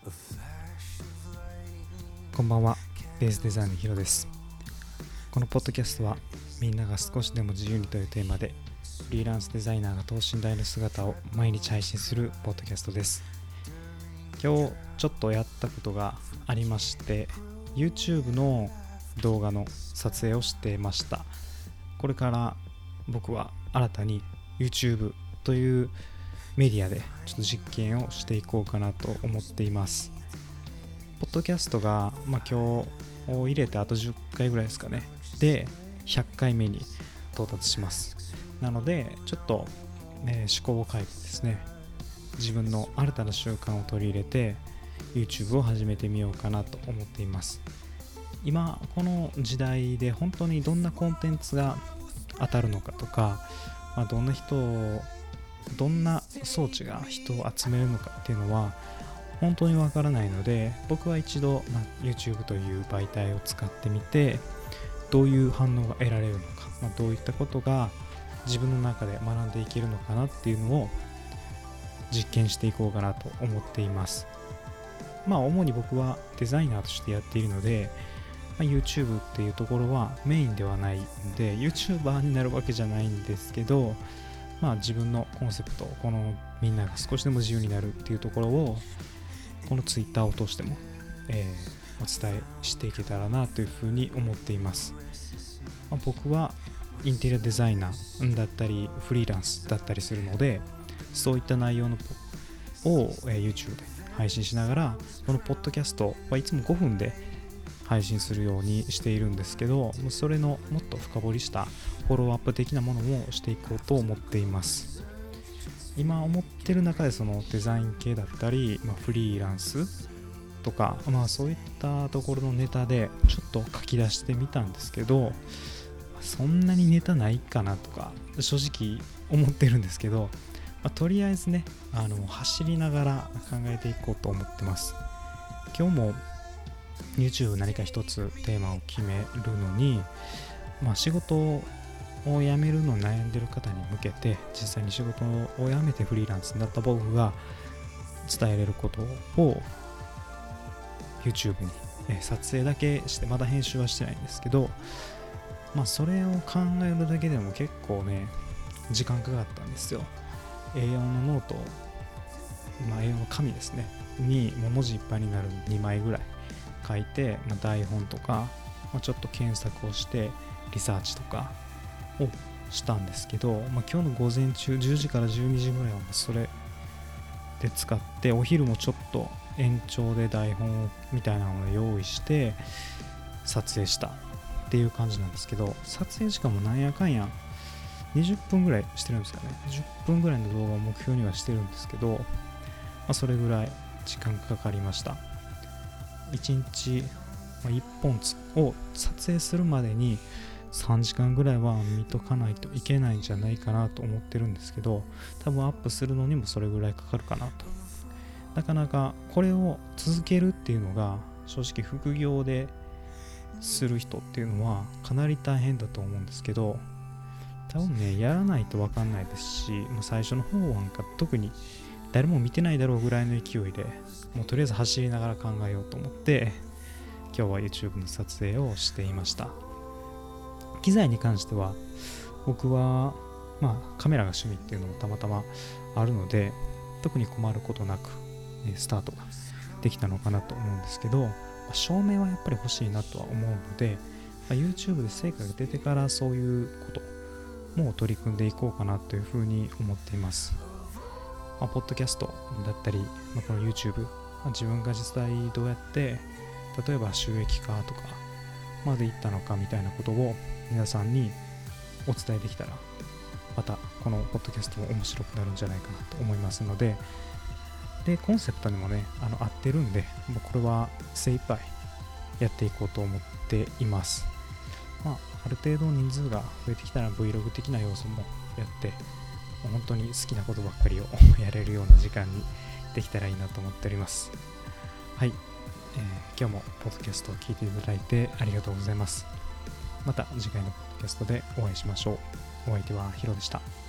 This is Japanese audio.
こんばんは、ベースデザインのヒロです。このポッドキャストはみんなが少しでも自由にというテーマでフリーランスデザイナーが等身大の姿を毎日配信するポッドキャストです。今日ちょっとやったことがありまして YouTube の動画の撮影をしてました。これから僕は新たに YouTube というメディアでちょっと実験をしていこうかなと思っています。ポッドキャストが、今日入れてあと10回ぐらいですかね。で、100回目に到達します。なので、ちょっと、思考を変えてですね、自分の新たな習慣を取り入れて YouTube を始めてみようかなと思っています。今、この時代で本当にどんなコンテンツが当たるのかとか、どんな装置が人を集めるのかっていうのは本当にわからないので、僕は一度、YouTube という媒体を使ってみてどういう反応が得られるのか、どういったことが自分の中で学んでいけるのかなっていうのを実験していこうかなと思っています。主に僕はデザイナーとしてやっているので、YouTube っていうところはメインではないんで YouTuber になるわけじゃないんですけど、自分のコンセプト、このみんなが少しでも自由になるっていうところをこの Twitter を通しても、お伝えしていけたらなというふうに思っています。僕はインテリアデザイナーだったりフリーランスだったりするので、そういった内容を、YouTube で配信しながら、このポッドキャストはいつも5分で配信するようにしているんですけど、それのもっと深掘りしたフォローアップ的なものもしていこうと思っています。今思ってる中でそのデザイン系だったり、フリーランスとか、そういったところのネタでちょっと書き出してみたんですけど、そんなにネタないかなとか正直思ってるんですけど、とりあえずね、走りながら考えていこうと思ってます。今日も YouTube 何か一つテーマを決めるのに、仕事を辞めるのを悩んでる方に向けて、実際に仕事を辞めてフリーランスになった僕が伝えれることを YouTube に撮影だけして、まだ編集はしてないんですけど、それを考えるだけでも結構ね時間かかったんですよ。 A4 のノート、A4 の紙ですねにもう文字いっぱいになる2枚ぐらい書いて、台本とか、ちょっと検索をしてリサーチとかをしたんですけど、今日の午前中10時から12時ぐらいはそれで使って、お昼もちょっと延長で台本みたいなのを用意して撮影したっていう感じなんですけど、撮影時間もなんやかんや20分ぐらいしてるんですかね。10分ぐらいの動画を目標にはしてるんですけど、それぐらい時間がかかりました。1日1本を撮影するまでに3時間ぐらいは見とかないといけないんじゃないかなと思ってるんですけど、多分アップするのにもそれぐらいかかるかなと。なかなかこれを続けるっていうのが正直副業でする人っていうのはかなり大変だと思うんですけど、多分ねやらないと分かんないですし、最初の方なんか特に誰も見てないだろうぐらいの勢いでもうとりあえず走りながら考えようと思って今日は YouTube の撮影をしていました。機材に関しては僕はカメラが趣味っていうのもたまたまあるので、特に困ることなくスタートができたのかなと思うんですけど、照明はやっぱり欲しいなとは思うので、YouTube で成果が出てからそういうことも取り組んでいこうかなというふうに思っています。ポッドキャストだったり、この YouTube、自分が実際どうやって例えば収益化とかまでいったのかみたいなことを皆さんにお伝えできたら、またこのポッドキャストも面白くなるんじゃないかなと思いますので、コンセプトにもね合ってるんで、もうこれは精一杯やっていこうと思っています。ある程度人数が増えてきたら Vlog 的な要素もやって、本当に好きなことばっかりをやれるような時間にできたらいいなと思っております。はい、今日もポッドキャストを聞いていただいてありがとうございます。また次回のポッドキャストでお会いしましょう。お相手はヒロでした。